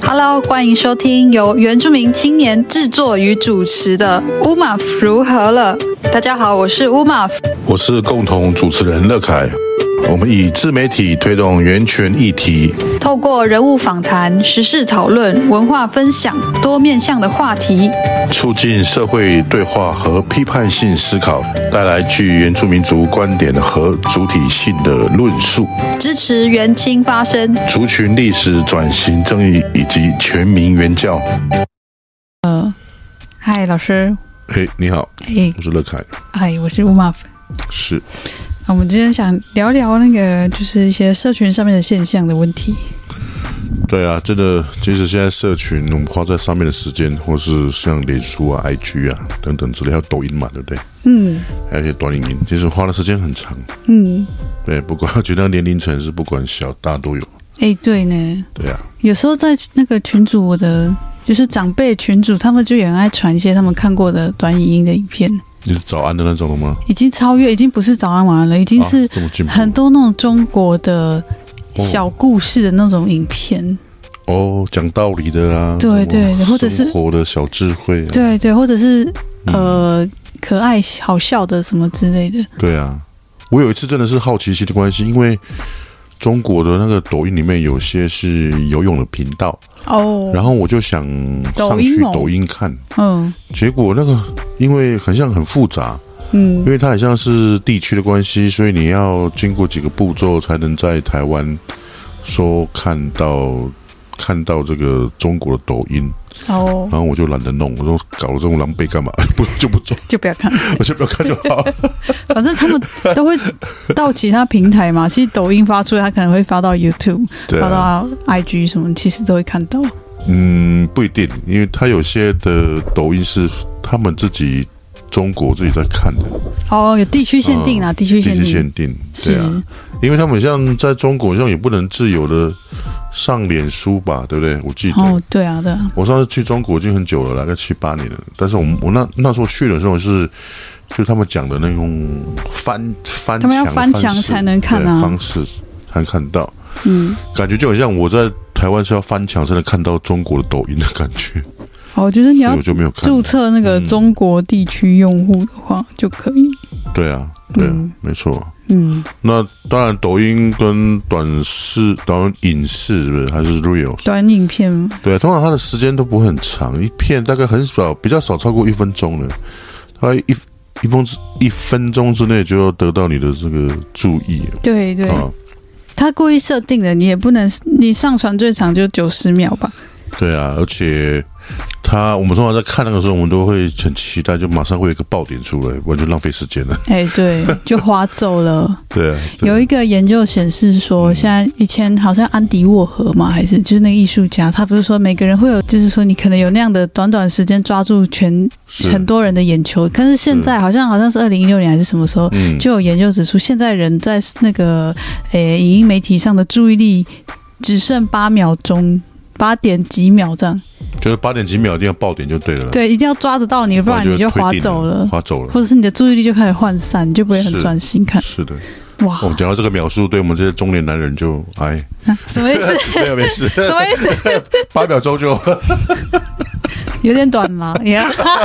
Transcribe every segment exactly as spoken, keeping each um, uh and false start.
Hello， 欢迎收听由原住民青年制作与主持的乌马夫如何了。大家好，我是乌马夫， 我是共同主持人乐凯。我们以自媒体推动人权议题， 透过人物访谈、时事讨论、文化分享多面向的话题， 促进社会对话和批判性思考，带来具原住民族观点和主体性的论述， 支持原青发声， 族群历史转型正义以及全民原教。 呃，嗨，老师。 嘿，你好。 嘿， 我是乐凯。 嗨，我是乌马夫。 是。 我们今天想聊聊那个，就是一些社群上面的现象的问题。 对啊，真的，即使现在社群我们花在上面的时间，或是像脸书啊、I G 啊等等之类，还有抖音嘛，对不对？嗯。还有一些短影音，其实花的时间很长。嗯。对，不管我觉得年龄层是不管小大都有。 哎，对呢。 对啊。 有时候在那个群组，我的就是长辈群组，他们就也很爱传一些他们看过的短影音的影片。 你是早安的那种了吗？ 已经超越，已经不是早安晚安了，已经是很多那种中国的小故事的那种影片。 哦，讲道理的啊， 对对，或者是生活的小智慧、啊， 对对，或者是呃、嗯、可爱好笑的什么之类的。对啊，我有一次真的是好奇心的关系，因为中国的那个抖音里面有些是游泳的频道哦，然后我就想上去抖音看，嗯，结果那个因为很像很复杂，嗯，因为它很像是地区的关系，所以你要经过几个步骤才能在台湾说看到看到这个中国的抖音。哦，然后我就懒得弄，我说搞了这种狼狈干嘛？不就不做， 就不要看， 我就不要看就好。 反正他们都会到其他平台嘛。其实抖音发出来，他可能会发到 YouTube，、啊、发到 I G 什么，其实都会看到。 嗯，不一定，因为他有些的抖音是他们自己中国自己在看的。哦，有地区限定啊，嗯、地区限定，地区限定，对啊，因为他们像在中国，像也不能自由的上脸书吧，对不对？我记得。 哦，对啊，对啊。 我上次去中国已经很久了，大概七八年了。但是我我那那时候去的时候是，就他们讲的那种翻翻墙， 他们要翻墙才能看啊， 方式才能看到。嗯，感觉就很像我在台湾是要翻墙才能看到中国的抖音的感觉。 哦，就是你要注册那个中国地区用户的话、嗯、就可以。 对啊，对啊，嗯、没错。嗯，那当然，抖音跟短视、短影视是不是还是 real 短影片？ 对，通常它的时间都不会很长，一片大概很少，比较少超过一分钟了。它一一分一分钟之内就要得到你的这个注意。 对对，啊、他故意设定的，你也不能，你上传最长就九十秒吧？ 对啊，而且。他我们通常在看那个时候，我们都会很期待，就马上会有一个爆点出来，不然就浪费时间了。 哎，对，就划走了。 对啊， 有一个研究显示说，现在以前好像安迪沃荷嘛，还是就是那个艺术家，他不是说每个人会有，就是说你可能有那样的短短时间抓住全很多人的眼球，但是现在好像好像是二零一六年还是什么时候，嗯、就有研究指出，现在人在那个诶影音媒体上的注意力只剩八秒钟。八点几秒这样， 就是八点几秒一定要爆点就对了。 对，一定要抓得到你，不然你就滑走了， 滑走了， 或者是你的注意力就开始涣散，你就不会很专心看。 是, 是的，哇！我、哦、讲到这个描述，对我们这些中年男人就哎， 啊、什么意思？ 没有没事， 什么意思？ 八秒钟就有点短嘛，呀、yeah ！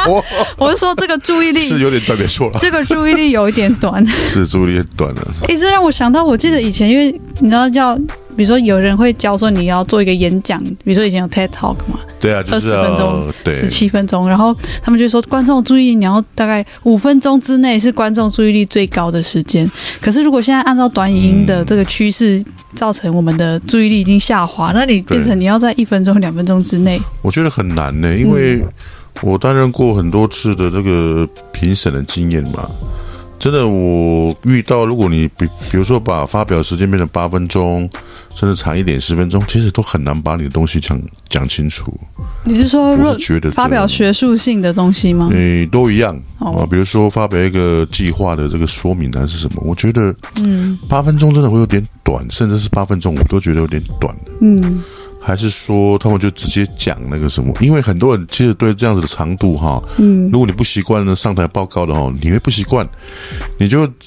我我是说这个注意力是有点短，没错了。 这个注意力有一点短， 是注意力很短了。 哎，这让我想到，我记得以前，因为你知道要。比如说，有人会教说你要做一个演讲，比如说以前有 TED Talk 嘛， 对啊，就是二十分钟、十七分钟，然后他们就说观众注意力，你要大概五分钟之内是观众注意力最高的时间。可是如果现在按照短影音的这个趋势，造成我们的注意力已经下滑，那你变成你要在一分钟、两分钟之内， 我觉得很难呢、欸，因为我担任过很多次的这个评审的经验嘛。真的，我遇到，如果你比比如说把发表时间变成八分钟，甚至长一点十分钟，其实都很难把你的东西讲讲清楚。 你是说，我是觉得发表学术性的东西吗？ 诶，都一样啊。比如说发表一个计划的这个说明还是什么，我觉得，嗯，八分钟真的会有点短，甚至是八分钟我都觉得有点短。嗯。还是说他们就直接讲那个什么？因为很多人其实对这样子的长度哈，嗯，如果你不习惯呢上台报告的哈，你会不习惯，你就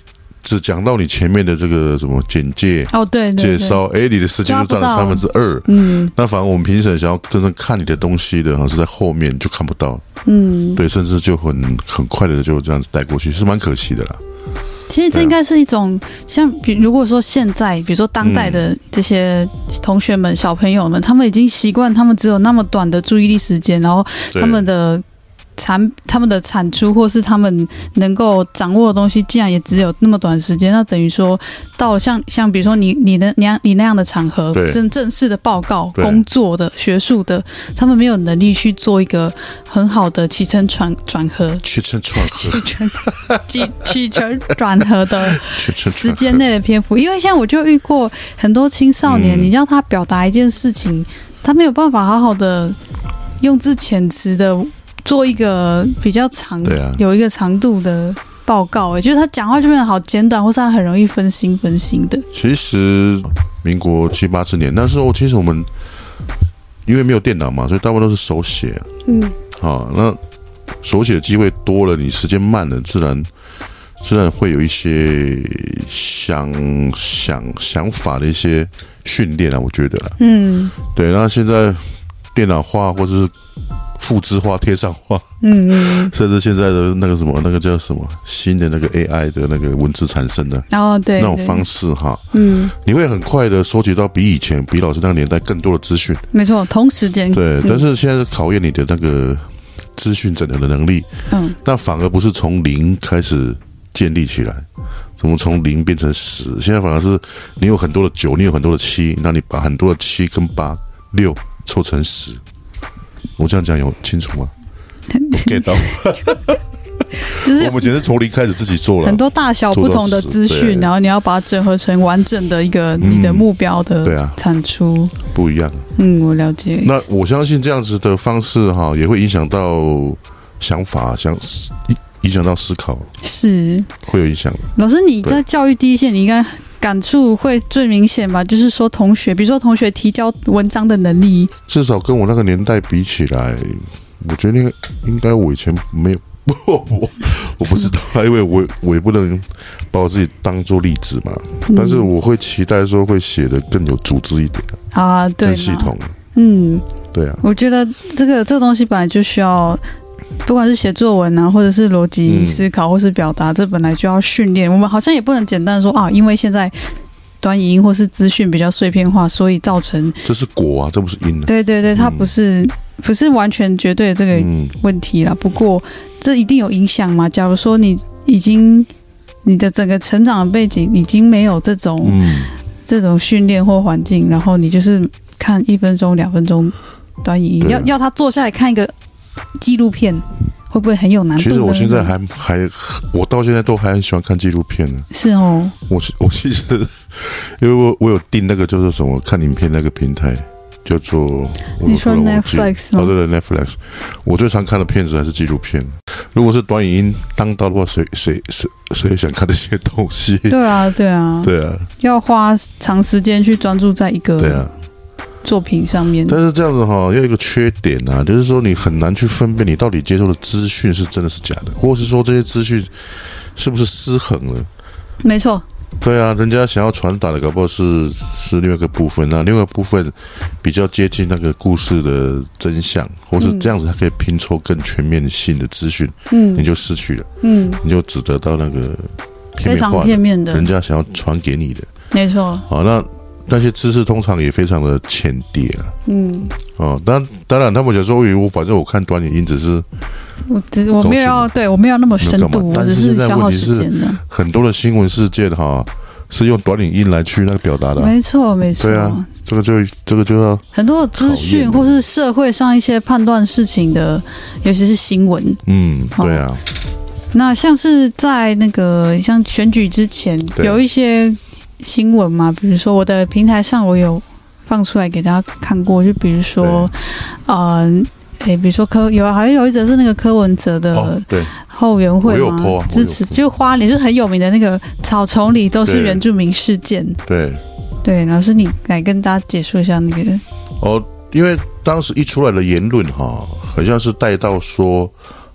只讲到你前面的这个什么简介哦，对对对， 介绍，哎，你的时间就占了三分之二。嗯，那反而我们评审想要真正看你的东西的，是在后面就看不到。嗯，对，甚至就很很快的就这样子带过去，是蛮可惜的啦。 其实这应该是一种像，比如果说现在，比如说当代的这些同学们、小朋友们，他们已经习惯，他们只有那么短的注意力时间，然后他们的产他们的产出或是他们能够掌握的东西，竟然也只有那么短的时间，那等于说到了像像比如说你你的你你那样的场合，正正式的报告、工作的、学术的，他们没有能力去做一个很好的起承转转合、 起承转合、 起起承转合的时间内的篇幅。因为像我就遇过很多青少年，嗯、你让他表达一件事情，他没有办法好好的用字遣词的。做一个比较长、啊、有一个长度的报告，哎，就是他讲话就变得好简短，或是他很容易分心分心的。 其实民国七八十年那时候，其实我们因为没有电脑嘛，所以大部分都是手写。嗯，好，那手写的机会多了，你时间慢了，自然自然会有一些想想想法的一些训练啊，我觉得啦。嗯，对。那现在电脑化或者是复制化、贴上化，嗯嗯，甚至现在的那个什么，那个叫什么新的那个 A I 的那个文字产生的， 哦，对， 那种方式哈，嗯，你会很快的收集到比以前、比老师那个年代更多的资讯。 没错，同时间， 对，但是现在是考验你的那个资讯整合的能力，嗯，那反而不是从零开始建立起来，怎么从零变成十？现在反而是你有很多的九，你有很多的七，那你把很多的七跟八、六凑成十。我这样讲有清楚吗？我 get 到，就是我们以前是从零开始自己做了很多大小不同的资讯，然后你要把它整合成完整的一个你的目标的产出， 嗯啊、不一样。 嗯，我了解。 那我相信这样子的方式哈，也会影响到想法，想影响到思考， 是会有影响。 老师，你在教育第一线，你应该感触会最明显吧？就是说，同学，比如说同学提交文章的能力， 至少跟我那个年代比起来，我觉得那个应该我以前没有，我我不知道，因为我我也不能把我自己当做例子嘛。嗯、但是我会期待说会写得更有组织一点啊，对， 更系统。 嗯， 对啊， 我觉得这个这个东西本来就需要。不管是写作文啊，或者是逻辑思考，或是表达，嗯、这本来就要训练。我们好像也不能简单说啊，因为现在短影音或是资讯比较碎片化，所以造成这是果啊，这不是因。 对对对，它不是、嗯、不是完全绝对的这个问题啦。嗯、不过这一定有影响嘛？假如说你已经你的整个成长的背景已经没有这种、嗯、这种训练或环境，然后你就是看一分钟、两分钟短影音，要要他坐下来看一个纪录片会不会很有难度呢？ 其实我现在还还，我到现在都还很喜欢看纪录片呢。 是哦， 我我其实因为我我有订那个叫做什么看影片那个平台，叫做你说 Netflix 吗？ 哦，对对 Netflix。我最常看的片子还是纪录片。如果是短影音当道的话，谁谁谁谁想看这些东西？ 对啊，对啊， 对啊， 要花长时间去专注在一个对啊。 作品上面， 但是这样子哈，要有一个缺点啊，就是说你很难去分辨你到底接受的资讯是真的是假的，或是说这些资讯是不是失衡了。 没错。 对啊，人家想要传达的搞不好是是另外一个部分，那另外一个部分比较接近那个故事的真相，或是这样子，它可以拼凑更全面性的资讯，嗯，你就失去了，嗯，你就只得到那个片面化的非常片面的， 人家想要传给你的， 没错。 好，那。那些知识通常也非常的浅碟了，嗯，哦，当当然，他们讲说，我反正我看短影音只是， 我只我没有要，对我没有那么深度，我只是消耗时间的。 很多的新闻事件哈，是用短影音来去那个表达的、啊， 没错没错， 对啊，这个就这个就要很多的资讯或是社会上一些判断事情的，尤其是新闻， 嗯，对啊。 那像是在那个像选举之前，有一些。新闻嘛，比如说我的平台上我有放出来给大家看过，就比如说，嗯，诶，比如说柯有好像有一则是那个柯文哲的后援会嘛， 啊、 支持就花莲就很有名的那个草丛里都是原住民事件， 对对，老师你来跟大家解说一下那个哦，因为当时一出来的言论哈，好像是带到说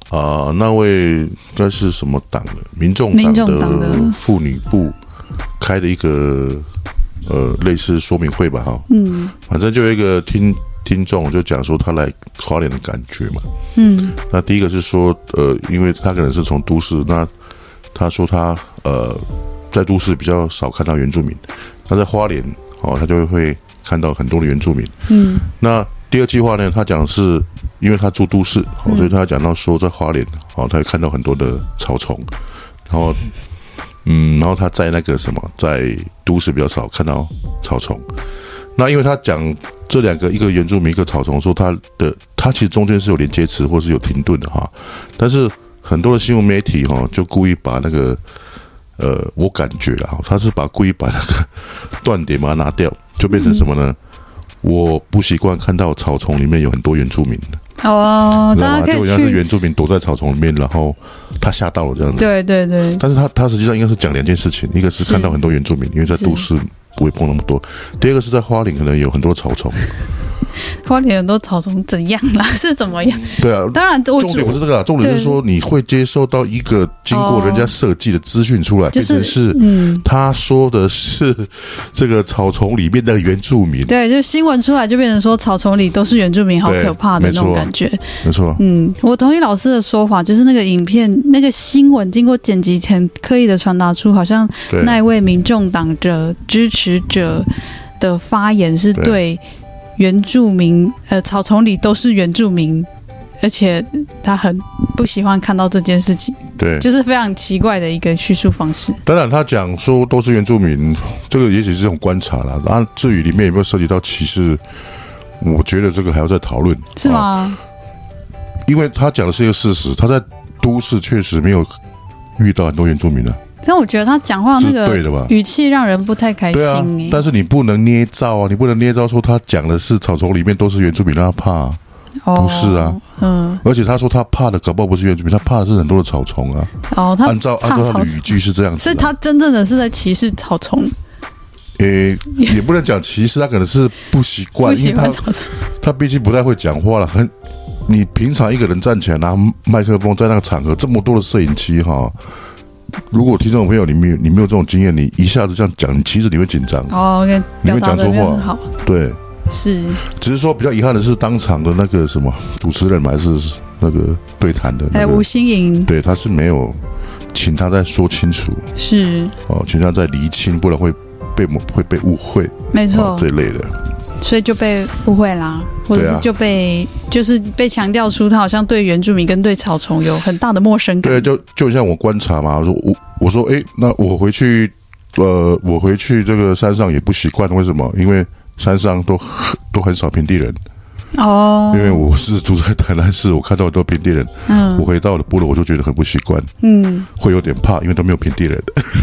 啊、呃，那位应该是什么党的？民众党的妇女部开的一个呃类似说明会吧，哈，嗯，反正就有一个听听众就讲说他来花莲的感觉嘛，嗯，那第一个是说，呃，因为他可能是从都市，那他说他呃在都市比较少看到原住民，那在花莲哦，他就会看到很多的原住民，嗯，那第二句话呢，他讲的是。因为他住都市，哦、所以他讲到说在花莲，哦，他也看到很多的草丛，然后，嗯，然后他在那个什么，在都市比较少看到草丛。那因为他讲这两个，一个原住民，一个草丛，说他的他其实中间是有连接词或是有停顿的哈，但是很多的新闻媒体哈就故意把那个，呃，我感觉啦，他是把故意把那个断点把它拿掉，就变成什么呢？嗯、我不习惯看到草丛里面有很多原住民的。 哦，大家可以去， 就好像是原住民躲在草丛里面，然后他吓到了这样子。 对对对。 但是他他实际上应该是讲两件事情，一个是看到很多原住民，因为在都市不会碰那么多；第二个是在花莲可能有很多草丛。 花莲很多草丛怎样啦？是怎么样？ 对啊， 当然重点不是这个啦，重点是说你会接受到一个经过人家设计的资讯出来，变成是嗯，他说的是这个草丛里面的原住民。 对，就新闻出来就变成说草丛里都是原住民，好可怕的那种感觉。 没错， 嗯，我同意老师的说法，就是那个影片那个新闻经过剪辑，很刻意的传达出，好像那一位民众党的支持者的发言是对。原住民，呃，草丛里都是原住民，而且他很不喜欢看到这件事情， 对， 就是非常奇怪的一个叙述方式。 当然，他讲说都是原住民，这个也许是这种观察啦。然后至于里面有没有涉及到歧视，我觉得这个还要再讨论， 是吗？ 啊、因为他讲的是一个事实，他在都市确实没有遇到很多原住民啊。 但我觉得他讲话那个语气让人不太开心、欸。对啊，但是你不能捏造啊，你不能捏造说他讲的是草丛里面都是原住民，让他怕、啊哦，不是啊，嗯。而且他说他怕的搞不好不是原住民，他怕的是很多的草丛啊。 哦，他按照按照他的语句是这样子、啊， 所以他真正的是在歧视草丛。 诶、欸，也不能讲歧视，他可能是不习惯，因为他他毕竟不太会讲话了。很，你平常一个人站起来拿麦克风在那个场合，这么多的摄影机哈。如果听众朋友你没有你没有这种经验，你一下子这样讲，其实你会紧张哦， okay, 你会讲错话，对， 是。 只是说比较遗憾的是，当场的那个什么主持人还是那个对谈的、那个， 哎，吴欣颖， 对，他是没有请他再说清楚， 是哦，请他再厘清，不然会被会被误会， 没错、 哦，这一类的。 所以就被误会啦，或者是就被、啊、就是被强调出他好像对原住民跟对草丛有很大的陌生感。 对，就就像我观察嘛，我说我我说哎，那我回去呃，我回去这个山上也不习惯，为什么？因为山上都都很少平地人。哦，因为我是住在台南市，我看到很多平地人，嗯，我回到了部落，我就觉得很不习惯，嗯，会有点怕，因为都没有平地人。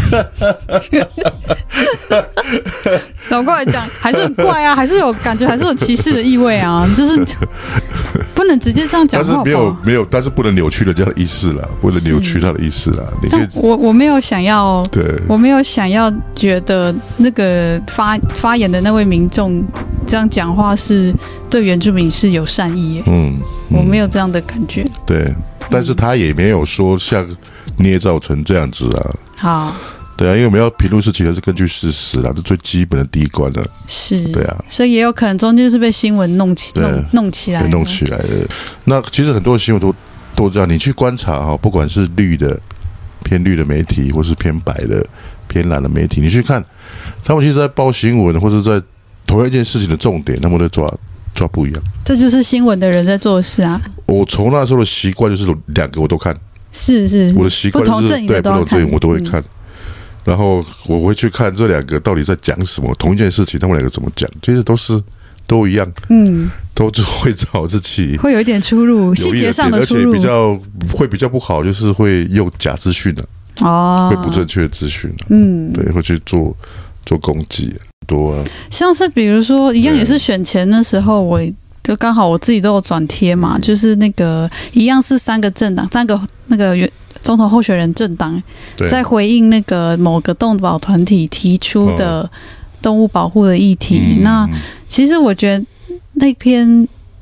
倒过来讲，还是很怪啊，还是有感觉，还是有歧视的意味啊，就是不能直接这样讲话。 但是没有没有，但是不能扭曲人家的意思啦，不能扭曲他的意思啦。你可以， 我我没有想要， 对， 我没有想要觉得那个发发言的那位民众这样讲话是对原住民是有善意耶，嗯，嗯我没有这样的感觉。 对，但是他也没有说像捏造成这样子啊。 好。 对啊，因为我们要评论事情，还是根据事实啦，这最基本的第一关了。 是， 对啊， 所以也有可能中间是被新闻弄起、弄弄起来、 弄起来的。那其实很多的新闻都都这样，你去观察哈，不管是绿的、偏绿的媒体，或是偏白的、偏蓝的媒体，你去看，他们其实在报新闻，或者在同样一件事情的重点，他们都抓抓不一样。 这就是新闻的人在做的事啊。 我从那时候的习惯就是两个我都看， 是是， 我的习惯就是对不同阵营我都会看。嗯然后我会去看这两个到底在讲什么，同一件事情，他们两个怎么讲，其实都是都一样，嗯，都只会找自己会有一点出入，细节上的出入， 而且比较会比较不好，就是会用假资讯的、啊，哦，会不正确的资讯、啊，嗯，对，会去做做攻击、啊，多啊， 像是比如说一样也是选前的时候，我就刚好我自己都有转贴嘛，就是那个一样是三个政党，三个那个原。总统候选人政党在回应那个某个动保团体提出的动物保护的议题，哦、那其实我觉得那篇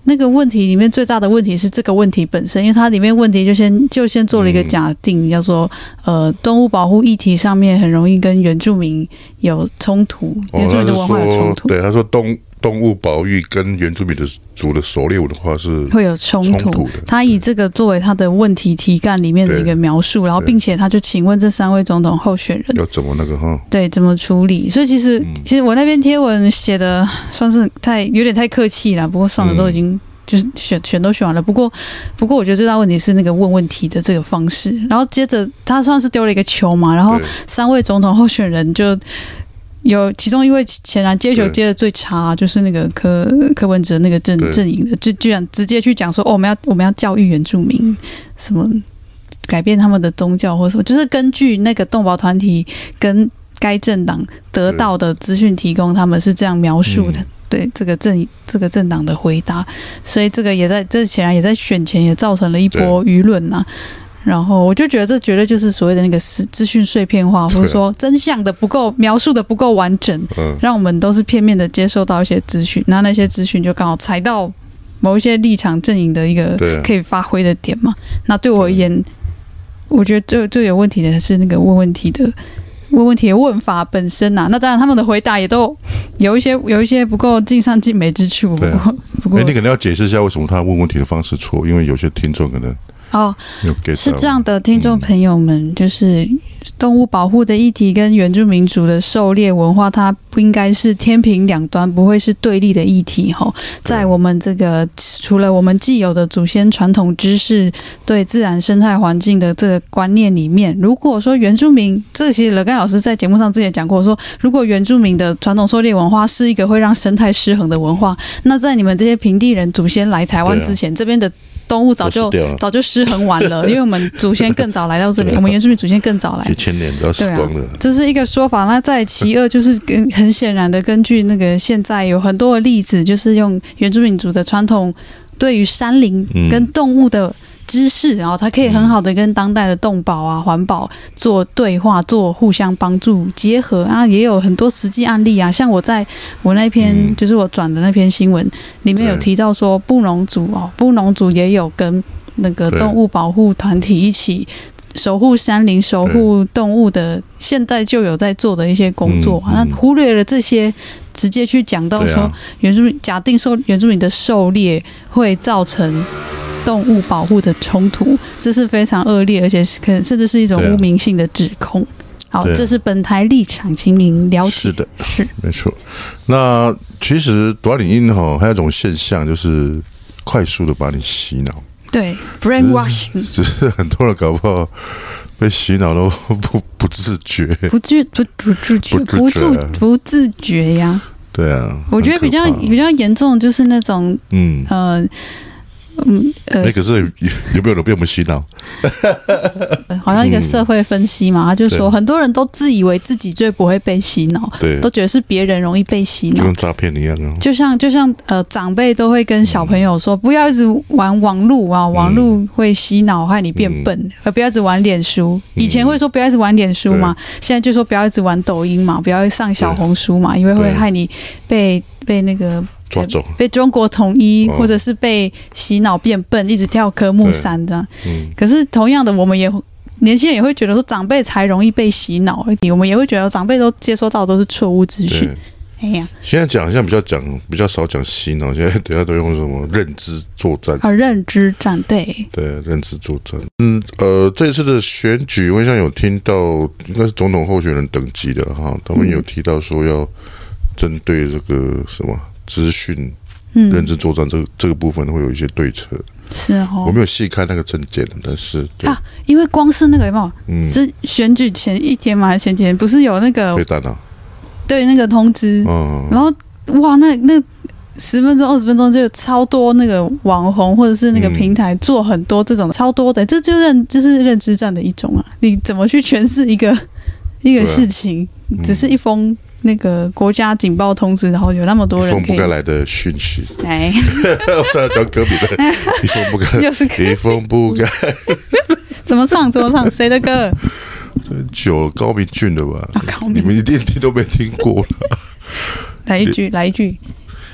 那个问题里面最大的问题是这个问题本身，因为它里面问题就先就先做了一个假定，嗯、叫做呃动物保护议题上面很容易跟原住民有冲突， 哦、 原住民的文化有冲突。 对，他说动动物保育跟原住民的族的狩猎文化是会有冲突。冲突的他以这个作为他的问题题干里面的一个描述，然后并且他就请问这三位总统候选人要怎么那个哈？ 对，怎么处理？所以其实、嗯、其实我那篇贴文写的算是太有点太客气了，不过算了，都已经。嗯就是选选都选完了，不过不过我觉得最大问题是那个问问题的这个方式，然后接着他算是丢了一个球嘛，然后三位总统候选人就有其中一位显然接球接的最差，就是那个柯柯文哲那个阵阵营的，就居然直接去讲说哦，我们要我们要教育原住民什么改变他们的宗教或什么，就是根据那个动保团体跟该政党得到的资讯提供，他们是这样描述的。嗯对这个政这个政党的回答，所以这个也在这显然也在选前也造成了一波舆论呐。然后我就觉得这绝对就是所谓的那个资讯碎片化，或者说真相的不够描述的不够完整，嗯、让我们都是片面的接受到一些资讯，那那些资讯就刚好踩到某一些立场阵营的一个可以发挥的点嘛。那对我而言，我觉得最最有问题的是那个问问题的。问问题的问法本身啊，那当然他们的回答也都有一些有一些不够尽善尽美之处。不过，不过， 哎，你可能要解释一下为什么他问问题的方式错，因为有些听众可能哦是这样的，听众朋友们，嗯、就是动物保护的议题跟原住民族的狩猎文化，它不应该是天平两端，不会是对立的议题哈。在我们这个除了我们既有的祖先传统知识对自然生态环境的这个观念里面，如果说原住民，这个其实乐干老师在节目上之前讲过，说如果原住民的传统狩猎文化是一个会让生态失衡的文化，那在你们这些平地人祖先来台湾之前，这边的动物早就早就失衡完了，因为我们祖先更早来到这边，我们原住民祖先更早来， 几千年都要死光了。 啊、这是一个说法。那在其二就是跟很显然的，根据那个现在有很多的例子，就是用原住民族的传统对于山林跟动物的知识，然后它可以很好的跟当代的动保啊、环保做对话，做互相帮助结合啊，也有很多实际案例啊。像我在我那篇、嗯、就是我转的那篇新闻里面有提到说，布农族哦，布农族也有跟那个动物保护团体一起守护山林、守护动物的，现在就有在做的一些工作。嗯嗯、那忽略了这些，直接去讲到说，原住民假定受原住民的狩猎会造成动物保护的冲突，这是非常恶劣，而且是可能甚至是一种污名性的指控。好，这是本台立场，请您了解。 是的，是没错。那其实短影音哈，还有一种现象就是快速的把你洗脑。 对 ，brainwashing， 只是很多人搞不好被洗脑都不不自觉， 不自不不自觉，不自不自觉呀。 对啊， 我觉得比较比较严重就是那种嗯呃。 嗯呃，欸、可是有没有人被我们洗脑？ 好像一个社会分析嘛，他就说很多人都自以为自己最不会被洗脑，对，都觉得是别人容易被洗脑， 就跟诈骗一样啊。 就像就像呃，长辈都会跟小朋友说，嗯、不要一直玩网路啊，网路会洗脑，害你变笨；而、嗯、不要一直玩脸书。以前会说不要一直玩脸书嘛，嗯、现在就说不要一直玩抖音嘛，不要上小红书嘛，因为会害你被被那个。被中国统一，或者是被洗脑变笨，一直跳科目三这样。嗯、可是同样的，我们也年轻人也会觉得说，长辈才容易被洗脑。我们也会觉得长辈都接收到都是错误资讯。哎呀， 现在讲，现在比较讲比较少讲洗脑，现在等下都用什么认知作战啊？认知战，对对，认知作战。嗯呃，这一次的选举，我好像有听到，应该是总统候选人等级的哈，他们有提到说要针对这个什么。资讯认知作战这个、嗯、这个部分会有一些对策， 是哦， 我没有细看那个证件，但是啊，因为光是那个有没有？嗯，是选举前一天嘛，还是前几天？不是有那个飞弹啊？ 对，那个通知，嗯，然后哇，那那十分钟、二十分钟就有超多那个网红或者是那个平台做很多这种超多的，这就认就是认知战的一种啊！你怎么去诠释一个一个事情？嗯、只是一封。那个国家警报通知，然后有那么多人可以， 一封不该来的讯息。 哎， 我再来讲歌名的，一封不该， 又是一封不该。 怎么唱？怎么唱？谁的歌？ 很久，高明俊的吧？ 啊、高明你们一定听都没听过了。 来一句，来一句。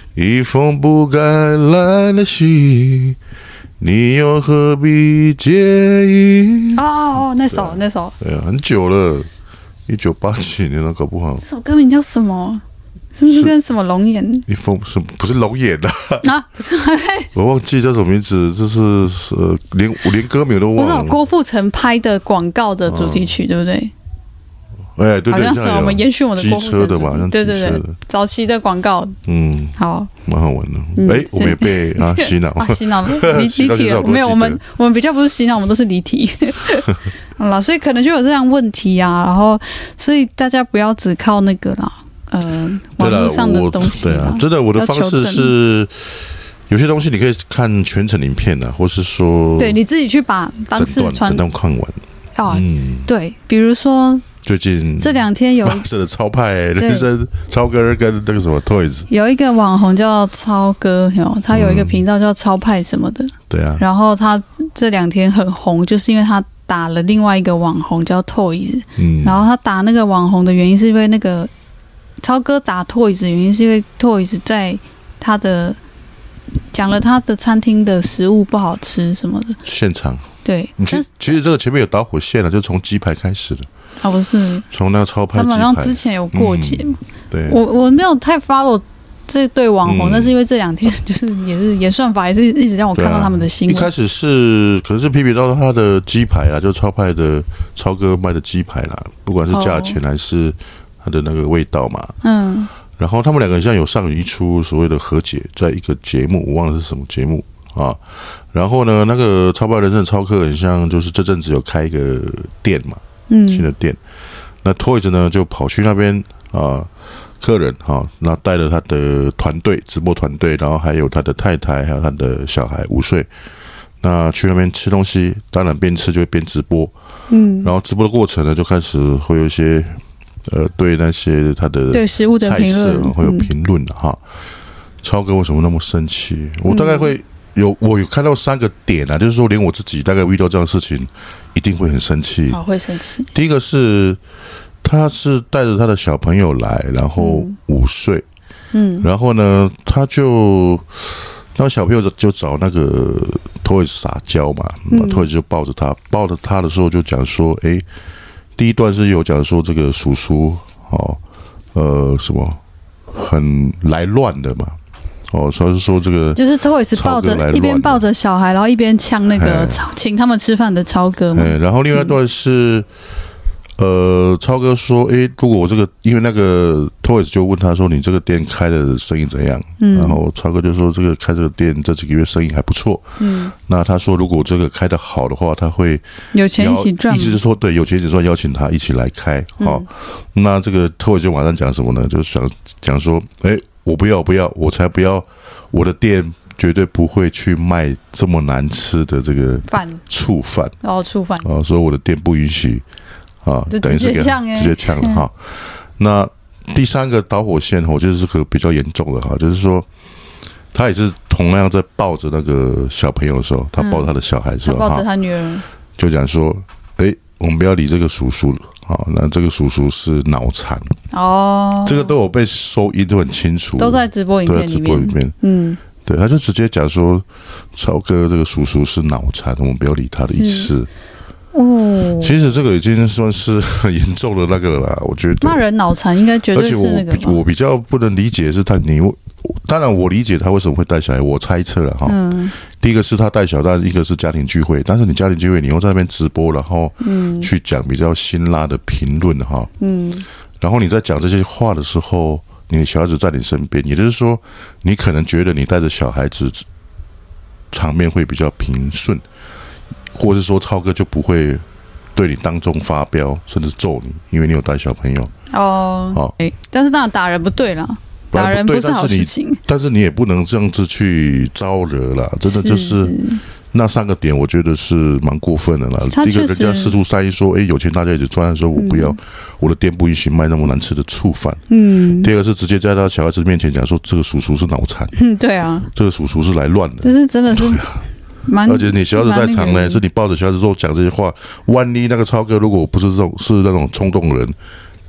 一封不该来的信，你又何必介意？ 哦哦，那首那首， 对啊，很久了，一九八几年了，搞不好。 这首歌名叫什么？是不是跟什么龙眼？ 一封是不是龙眼啊？ 啊，不是， 我忘记叫什么名字，就是呃，连我连歌名都忘了。 不是郭富城拍的广告的主题曲，嗯、对不对？ 哎，对对， 好像是我们延续我们的郭富城的嘛， 对对对，早期的广告， 嗯， 好， 蛮好玩的。哎、嗯，我们也被啊洗脑， 啊、洗脑离离题了，没有，我们我们比较不是洗脑，我们都是离题。好啦，所以可能就有这样问题啊，然后所以大家不要只靠那个啦，呃，网络上的东西。 对啊，真的，我的方式是。有些东西你可以看全程影片啊，或是说， 对，你自己去把当时整段整段看完。 哦，嗯，对，比如说。 最近这两天有发射的超派人生超哥跟那个什么 Toys， 有一个网红叫超哥，有他有一个频道叫超派什么的， 嗯、对啊。 然后他这两天很红，就是因为他打了另外一个网红叫 Toys， 嗯，然后他打那个网红的原因是因为那个超哥打 Toys 的原因是因为 Toys 在他的讲了他的餐厅的食物不好吃什么的现场， 对， 其实其实这个前面有导火线了，就从鸡排开始的。 啊，不是从那个超派鸡排， 他们好像之前有过节嘛、 嗯。对， 我我没有太 follow 这对网红，但、嗯、是因为这两天就是也是演算法也是一直让我看到他们的新闻。 啊、一开始是可能是批评到他的鸡排啊，就超派的超哥卖的鸡排啦，不管是价钱还是他的那个味道嘛。嗯。然后他们两个好像有上一出所谓的和解，在一个节目，我忘了是什么节目啊。然后呢，那个超派人生的超客很像，就是这阵子有开一个店嘛。嗯，新的店，那 Toys 呢就跑去那边啊、呃，客人哈，那、哦、带了他的团队，直播团队，然后还有他的太太，还有他的小孩五岁，那去那边吃东西，当然边吃就会边直播，嗯，然后直播的过程呢，就开始会有一些呃对那些他的对食物的评论会有评论的哈。超哥为什么那么生气？我大概会。嗯有我有看到三个点啊，就是说连我自己大概遇到这样的事情，一定会很生气。 好，会生气。 第一个是，他是带着他的小朋友来，然后五岁，嗯，然后呢，他就那个小朋友就找那个 Toys 撒娇嘛，嗯、Toys 就抱着他，抱着他的时候就讲说，哎，第一段是有讲说这个叔叔哦，呃，什么很来乱的嘛。哦，所以说这个就是 Toys 抱着一边抱着小孩，然后一边呛那个请他们吃饭的超哥嘛。 然后另外一段是，嗯、呃，超哥说：“哎，如果我这个，因为那个 Toys 就问他说，你这个店开的生意怎样？”嗯，然后超哥就说：“这个开这个店这几个月生意还不错。”嗯，那他说如果这个开得好的话，他会有钱一起赚， 意思是说对有钱一起赚，邀请他一起来开。好、哦，嗯、那这个 Toys 就马上讲什么呢？就想讲说：“哎。”我不要，不要，我才不要！我的店绝对不会去卖这么难吃的这个饭醋饭哦，醋饭啊，所以我的店不允许啊，等于是给直接呛了哈。那第三个导火线，我觉得是个比较严重的哈，就是说他也是同样在抱着那个小朋友的时候，他抱他的小孩的时候， 他抱着他女儿， 就讲说：“哎，我们不要理这个叔叔了。”好，那这个叔叔是脑残哦，这个都有被收音，都很清楚， 都在直播影片里面。 直播里面，嗯，对，他就直接讲说，超哥这个叔叔是脑残，我们不要理他的意思。哦，其实这个已经算是很严重的那个了啦，我觉得。 骂人脑残应该绝对是那个。 而且我我比较不能理解的是他，你当然我理解他为什么会带小孩，我猜测了哈。嗯。第一个是他带小，但一个是家庭聚会。但是你家庭聚会，你又在那边直播，然后去讲比较辛辣的评论哈。嗯。然后你在讲这些话的时候，你的小孩子在你身边，也就是说，你可能觉得你带着小孩子，场面会比较平顺，或是说超哥就不会对你当众发飙，甚至揍你，因为你有带小朋友。哦。 哦。但是当然打人不对啦。打人不是好事情， 但是你也不能这样子去招惹啦，真的就是那三个点，我觉得是蛮过分的啦。第一个，人家四处善意说，哎，有钱大家一起赚的时候，我不要，嗯、我的店不允许卖那么难吃的醋饭。嗯。第二个是直接在他小孩子面前讲说，这个叔叔是脑残。 嗯，对啊， 这个叔叔是来乱的， 就是真的是蛮。 而且你小孩子在场呢，是你抱着小孩子说讲这些话，万一那个超哥如果不是这种是那种冲动的人。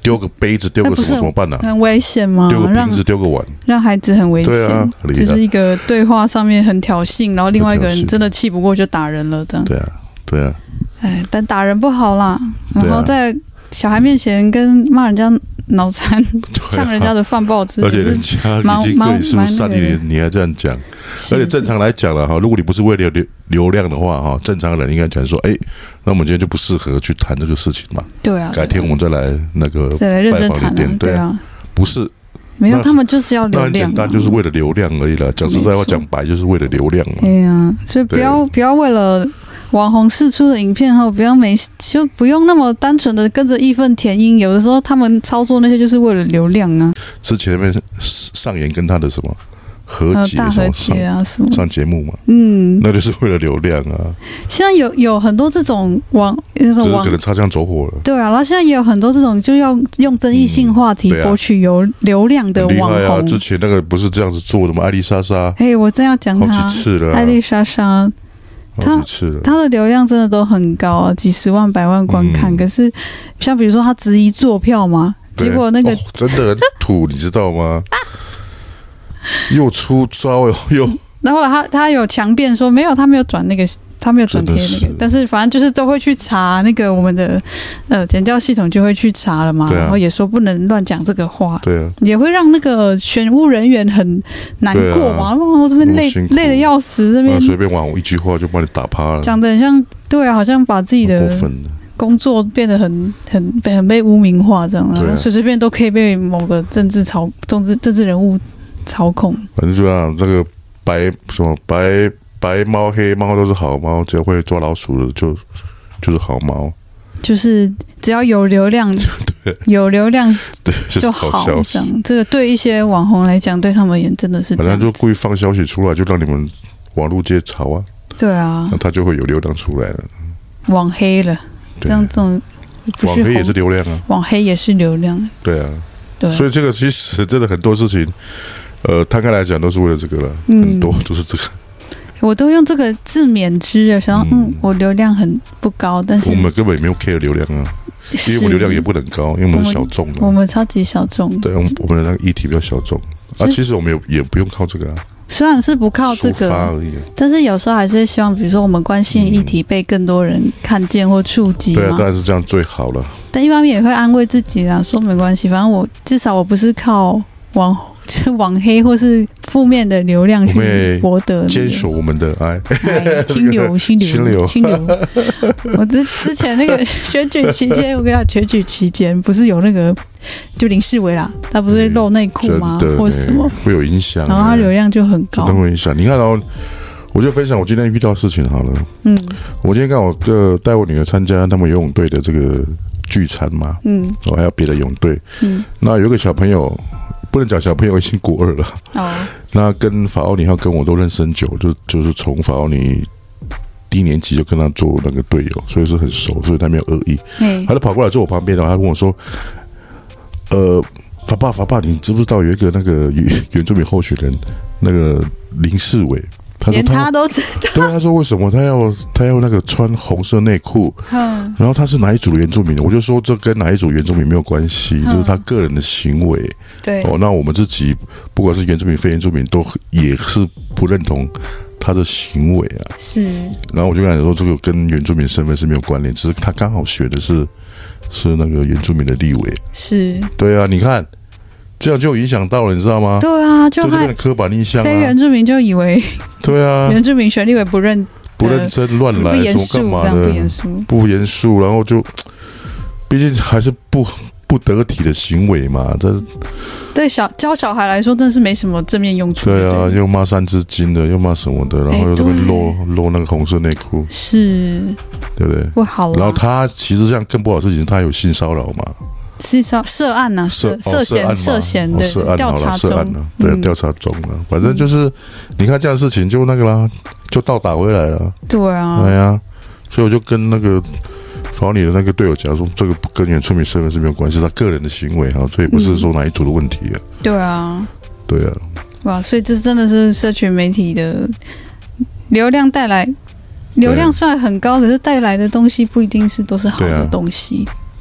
丢个杯子，丢个什么怎么办呢、啊？ 很危险吗？ 丢个瓶子，丢个碗， 让孩子很危险。 对啊， 就是一个对话上面很挑衅，然后另外一个人真的气不过就打人了，这样。 对啊，对啊。 哎，但打人不好啦，然后在小孩面前跟骂人家脑残，呛人家的饭不好吃， 而且人家已经对你是不是善意的，你还这样讲。而且正常来讲了哈，如果你不是为了流流量的话哈，正常人应该讲说，哎，那我们今天就不适合去谈这个事情嘛。 对啊， 改天我们再来那个再来认真谈啊。对啊，不是。 没有，他们就是要流量、啊， 那很简单，就是为了流量而已啦。讲实在话，讲白就是为了流量嘛。 对啊，所以不要不要为了网红释出的影片后，不要没就不用那么单纯的跟着义愤填膺。有的时候他们操作那些就是为了流量啊。 之前那边上演跟他的什么和解、 大和解啊什么上节目嘛， 嗯， 那就是为了流量啊。 现在有有很多这种网，那种网可能擦枪走火了。 对啊，然后现在也有很多这种就要用争议性话题博取有流量的网红。 啊、之前那个不是这样子做的吗？艾丽莎莎， 哎，我真要讲她好几次了、啊。 艾丽莎莎，她她的流量真的都很高啊，几十万、百万观看。嗯、可是像比如说她质疑作票嘛，结果那个、 哦、真的很土，你知道吗？又出招又， 然后他他有强辩说没有，他没有转那个，他没有转贴那个，但是反正就是都会去查那个我们的呃检调系统就会去查了嘛，啊、然后也说不能乱讲这个话， 对啊， 也会让那个选务人员很难过嘛，啊、我这边累累得要死，这边随便网一句话就把你打趴了， 讲得很像对啊，好像把自己的工作变得很很很被污名化这样，然后随随便都可以被某个政治操政治政治人物操控， 反正就这样，这个白什么白白猫黑猫都是好猫，只要会抓老鼠的就就是好猫， 就是只要有流量，有流量对就好。这样，这个对一些网红来讲，对他们也真的是这样， 反正就故意放消息出来，就让你们网络界吵啊。 对啊， 那他就会有流量出来了。 网黑了，这样这种网黑也是流量啊， 网黑也是流量。 对啊，对，所以这个其实真的很多事情。呃，摊开来讲都是为了这个了，嗯、很多都是这个。 我都用这个自勉之的，想嗯, 嗯，我流量很不高，但是我们根本也没有 care 流量啊，因为我们流量也不能高，因为我们是小众的， 我们超级小众。 对，我们我们的那个议题比较小众啊，其实我们也也不用靠这个啊。 虽然是不靠这个， 而已但是有时候还是会希望，比如说我们关心的议题被更多人看见或触及、嗯。 对啊，当然是这样最好了。 但一方面也会安慰自己啦，说没关系，反正我至少我不是靠网网黑或是负面的流量去博得、那個， 坚守我们的爱， 哎、清流清流清流清流。我之之前那个选举期间，我跟他选举期间不是有那个就林世伟啦，他不是会露内裤吗？或者什么会有影响， 然后他流量就很高， 真的会影响。你看哦，我就分享我今天遇到的事情好了。嗯，我今天刚好就带我女儿参加他们游泳队的这个聚餐嘛。嗯，我还有别的泳队。嗯，那有一个小朋友。不能讲小朋友已经国二了哦，那跟法奥尼他跟我都认识很久，就就是从法奥尼低年级就跟他做那个队友，所以是很熟，所以他没有恶意。他就跑过来坐我旁边，然后他跟我说：“呃，法爸法爸，你知不知道有一个那个原住民候选人那个林世伟？”他说他连他都知道。 对，他说为什么他要他要那个穿红色内裤？嗯，然后他是哪一组原住民的？我就说这跟哪一组原住民没有关系，这是他个人的行为。 对哦，那我们自己不管是原住民非原住民，都也是不认同他的行为啊。 是。 然后我就跟他说，这个跟原住民身份是没有关联，只是他刚好学的是是那个原住民的立委。 是。 对啊，你看。这样就有影响到了，你知道吗？ 对啊，就变成刻板印象啊。 非原住民就以为， 对啊， 原住民选立委不认不认真乱来，什么干嘛的？ 不严肃， 不严肃，然后就，毕竟还是不不得体的行为嘛。这对小教小孩来说，真的是没什么正面用处。 对啊，又骂三字经的，又骂什么的，然后又这边露露那个红色内裤， 是， 对不对？ 不好。 然后他其实这样更不好的事情，他有性骚扰嘛。 是涉案呐、啊，涉涉嫌涉嫌的调查中， 对，调查中了。反正就是，你看这样的事情就那个啦，就倒打回来了。 对啊， 对啊，所以我就跟那个法你的那个队友讲说，这个跟原住民身份是没有关系，他个人的行为哈，这也不是说哪一组的问题啊。 对啊， 对啊， 哇，所以这真的是社群媒体的流量带来，流量虽然很高，可是带来的东西不一定是都是好的东西。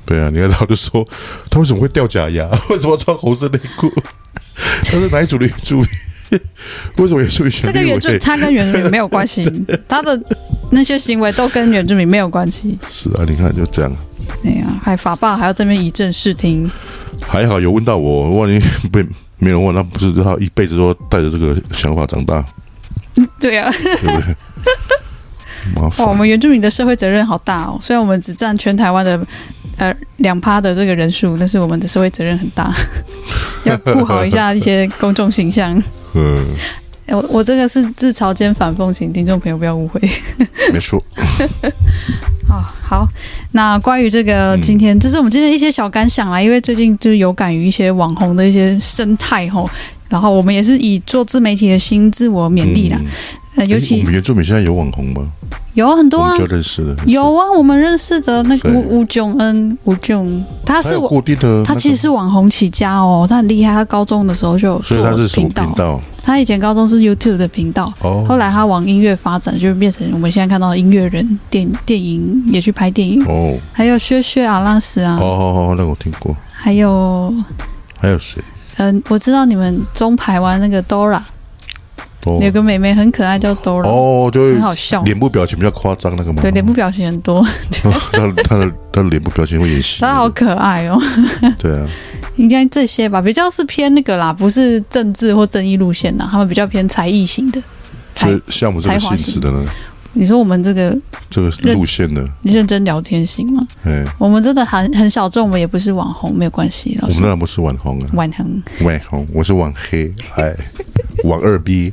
对啊，你看他就说他为什么会掉假牙？为什么要穿红色内裤？他是哪一组的原住民？为什么原住民选这个原住他跟原住民没有关系，他的那些行为都跟原住民没有关系。 是啊，你看就这样。 对啊，还法爸还要这边以正视听。 还好有问到我，万一被没人问，那不是他一辈子都带着这个想法长大。 对啊， 对不对？麻烦。 哇，我们原住民的社会责任好大哦。虽然我们只占全台湾的呃两趴的这个人数，但是我们的社会责任很大，要顾好一下一些公众形象。嗯，我我这个是自嘲兼反讽，请听众朋友不要误会。 没错。 哦，好，那关于这个今天，这是我们今天一些小感想啦，因为最近就是有感于一些网红的一些生态吼，然后我们也是以做自媒体的心自我勉励啦。嗯呃，尤其我们原住民现在有网红吗？ 有很多啊， 我们就认识的有啊，我们认识的那个吴吴炯恩，吴炯，他是固定的， 他其实是网红起家哦，他很厉害，他高中的时候就有做频道。 所以他是什么频道？ 他以前高中是 YouTube 的频道，哦、后来他往音乐发展，就变成我们现在看到的音乐人，电电影也去拍电影哦，还有薛薛阿拉斯啊， 哦哦哦，那我听过， 还有还有谁？ 嗯、呃，我知道你们中排湾那个 Dora。哦、有个妹妹很可爱，叫 Dora， 哦，就很好笑， 脸部表情比较夸张那个吗？ 对，脸部表情很多。 他他的他的脸部表情会演戏， 他好可爱哦。对啊，应该这些吧，比较是偏那个啦，不是政治或正义路线啦，他们比较偏才艺型的。 所以像我们这个性质的呢？ 你说我们这个这个路线的认真聊天型吗？哎，我们真的很很小众，我们也不是网红，没有关系。 我们当然不是网红啊， 网红， 网红，我是网黑，哎，网二 B，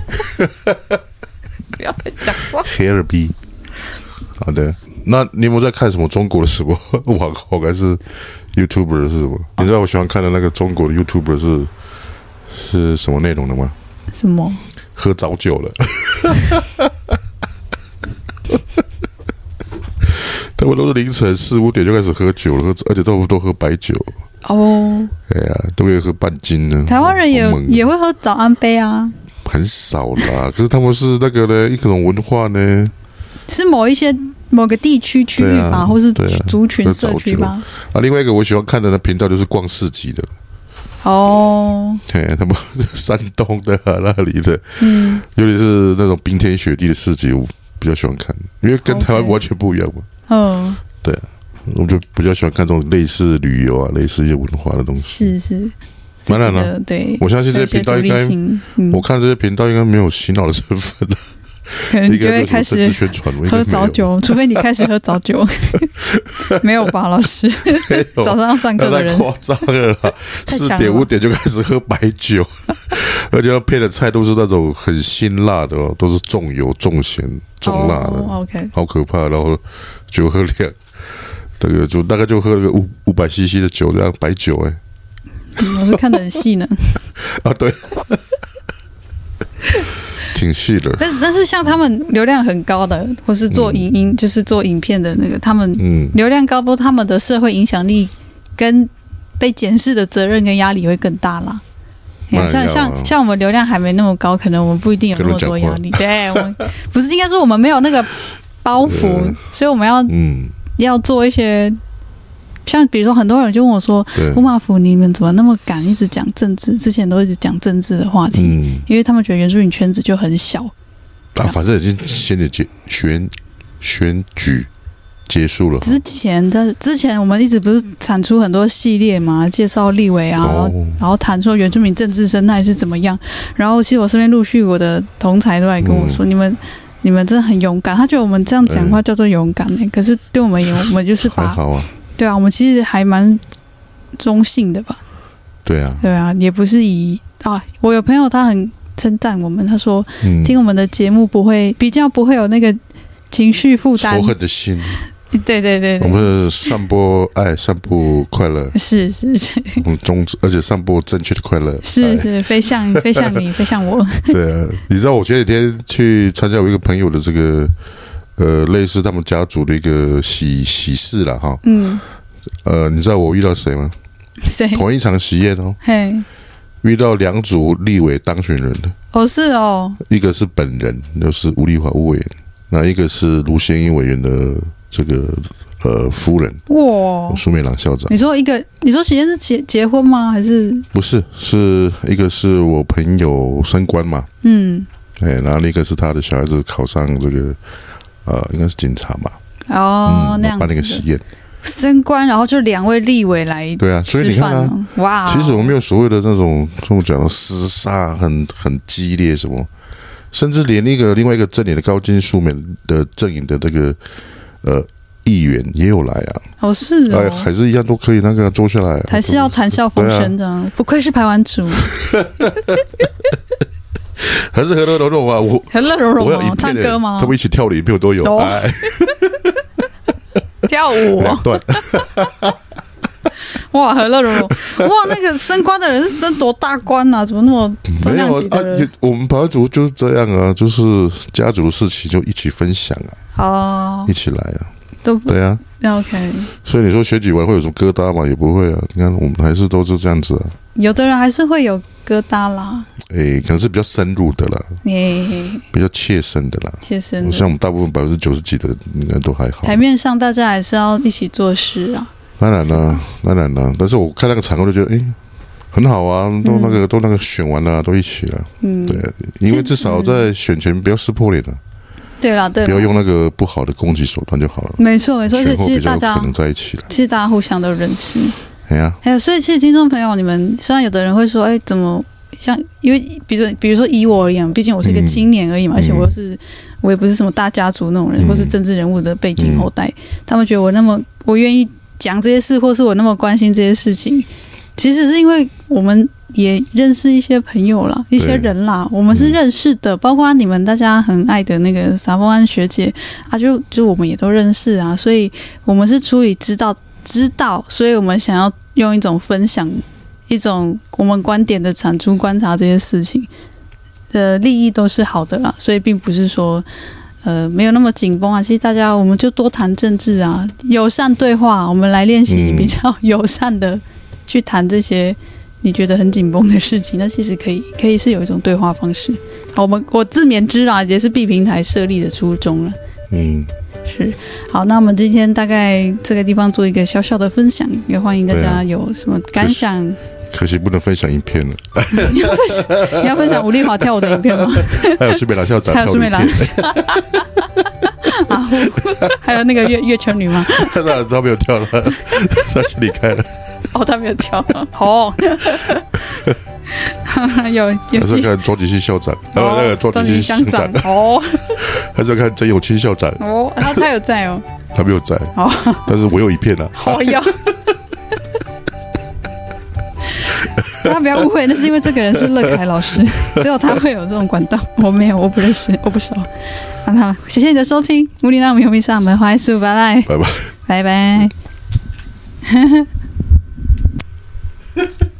不要讲话， 黑二 B。好的，那你有没有在看什么中国的什么网红还是 YouTuber 是什么？你知道我喜欢看的那个中国的 YouTuber 是是什么内容的吗？ 什么？ 喝早酒了。他们都是凌晨四五点就开始喝酒了，喝而且都都喝白酒哦。哎呀，都会喝半斤呢。 台湾人也也会喝早安杯啊， 很少啦。可是他们是那个呢，一种文化呢， 是某一些某个地区区域吧，啊、或是族群社区吧。 啊，另外一个我喜欢看的那频道就是逛市集的。哦，对，他们山东的、啊、那里的，嗯，尤其是那种冰天雪地的市集，我比较喜欢看，因为跟台湾完全不一样嘛。嗯，对啊，我就比较喜欢看这种类似旅游啊、类似一些文化的东西。 是是， 当然了， 对， 我相信这些频道应该，嗯、我看这些频道应该没有洗脑的成分了。 可能你就会开始喝早酒，除非你开始喝早酒。没有吧，老师？早上上课的人太夸张了啦！四点五点就开始喝白酒，而且要配的菜都是那种很辛辣的哦，都是重油、重咸、重辣的。 哦、OK， 好可怕。然后酒喝量，这个就大概就喝了个五五百 C C 的酒，这样白酒哎、 欸。我是看得很细呢。 啊，对。挺细的， 但但是像他们流量很高的，或是做影音，嗯、就是做影片的那个，他们流量高，不，他们的社会影响力跟被检视的责任跟压力会更大啦。像像像我们流量还没那么高，可能我们不一定有那么多压力。对，我们不是应该说我们没有那个包袱，所以我们要嗯要做一些。像比如说，很多人就问我说：“乌马福，你们怎么那么敢一直讲政治？之前都一直讲政治的话题，嗯、因为他们觉得原住民圈子就很小啊，反正已经现在结选选举结束了。 之前在之前，我们一直不是产出很多系列嘛，介绍立委啊，哦、然后然后谈说原住民政治生态是怎么样。然后其实我身边陆续我的同才都来跟我说，嗯、你们。”你们真的很勇敢，他觉得我们这样讲话叫做勇敢、欸嗯、可是对我们有，我们就是把， 好啊， 对啊，我们其实还蛮中性的吧？ 对啊， 对啊，也不是以啊，我有朋友他很称赞我们，他说、嗯、听我们的节目不会比较不会有那个情绪负担、 仇恨的心。 对对 对, 对， 我们散播爱，散播快乐， 是是是， 我们宗旨，而且散播正确的快乐， 是是，飞向飞向你，飞向我。 对啊，你知道我前几天去参加我一个朋友的这个呃，类似他们家族的一个喜喜事啦哈，嗯，呃，你知道我遇到谁吗？ 谁？ 同一场喜宴哦，嘿，遇到两组立委当选人的， 哦是哦， 一个是本人，就是吴立华吴委员，那一个是卢先英委员的。这个呃夫人哇，苏美郎校长。 你说一个，你说喜宴是结结婚吗？还是不是？是一个是我朋友升官嘛，嗯，哎，然后那个是他的小孩子考上这个呃，应该是警察嘛， 哦，嗯、那样办那个喜宴。 升官，然后就两位立委来对啊，所以你看啊，哇，其实我们没有所谓的那种这么讲的厮杀，很很激烈什么，甚至连那个另外一个阵营的高金素梅的阵营的这个呃议员也有来啊。 哦，是哦， 哎，还是一样都可以那个坐下来， 还是要谈笑风生的，啊、不愧是排湾族。 还是和乐融融啊，我和乐融融啊，唱歌吗？ 他们一起跳的影片我都有。哦哎跳舞、哦， 对， 哇，和乐融融，哇，那个升官的人是升多大官啊？怎么那么重量级的人？ 没有啊，我们排湾族就是这样啊，就是家族的事情就一起分享啊，哦，一起来啊，都对啊 ，OK。 所以你说选举完会有什么疙瘩吗？也不会啊，你看我们还是都是这样子啊。 有的人还是会有疙瘩啦。 诶，可能是比较深入的啦，比较切身的啦， 切身的。 像我们大部分百分之九十几的应该都还好。 台面上大家还是要一起做事啊。 当然啦，当然啦。但是我看那个场合就觉得，诶，很好啊，都那个、嗯、都那个选完了，都一起了。嗯，对，因为至少在选前不要撕破脸了。 对啦，对啦， 不要用那个不好的攻击手段就好了。 没错，没错。而且其实大家可能在一起了。 其实大家互相都认识。 哎呀， 还有，所以其实听众朋友，你们虽然有的人会说，哎，怎么？像，因为比如说，比如说以我而言，毕竟我是一个青年而已嘛，嗯、而且我又是，我也不是什么大家族那种人，嗯、或是政治人物的背景后代，嗯、他们觉得我那么，我愿意讲这些事，或是我那么关心这些事情，其实是因为我们也认识一些朋友啦，一些人啦，我们是认识的，嗯、包括你们大家很爱的那个撒丰安学姐啊，就就我们也都认识啊，所以我们是出于知道知道，所以我们想要用一种分享。一种我们观点的产出观察这些事情的利益都是好的啦，所以并不是说呃没有那么紧绷啊。其实大家我们就多谈政治啊，友善对话，我们来练习比较友善的去谈这些你觉得很紧绷的事情。那其实可以可以是有一种对话方式。好，我们我自勉之啦，也是 B 平台设立的初衷了。嗯。是，好，那我们今天大概这个地方做一个小小的分享，也欢迎大家有什么感想。 可惜不能分享影片了。 你要分享，你要分享吴丽华跳舞的影片吗？ 还有苏美郎校长， 还有苏美郎。啊，还有那个月月球女吗？ 他他没有跳了，他去离开了。 哦，他没有跳。好。有有还是看庄吉熙校长，还有、哦、那个庄吉熙乡长哦，还是要看曾永清校长哦，他他有在哦， 他没有在哦，但是我有一片啊， 哦有，大家不要误会，那是因为这个人是乐凯老师，只有他会有这种管道，我没有，我不认识，我不熟。好，谢谢你的收听，无理让我们永密上门，欢迎叔，拜拜， 拜拜， 拜拜。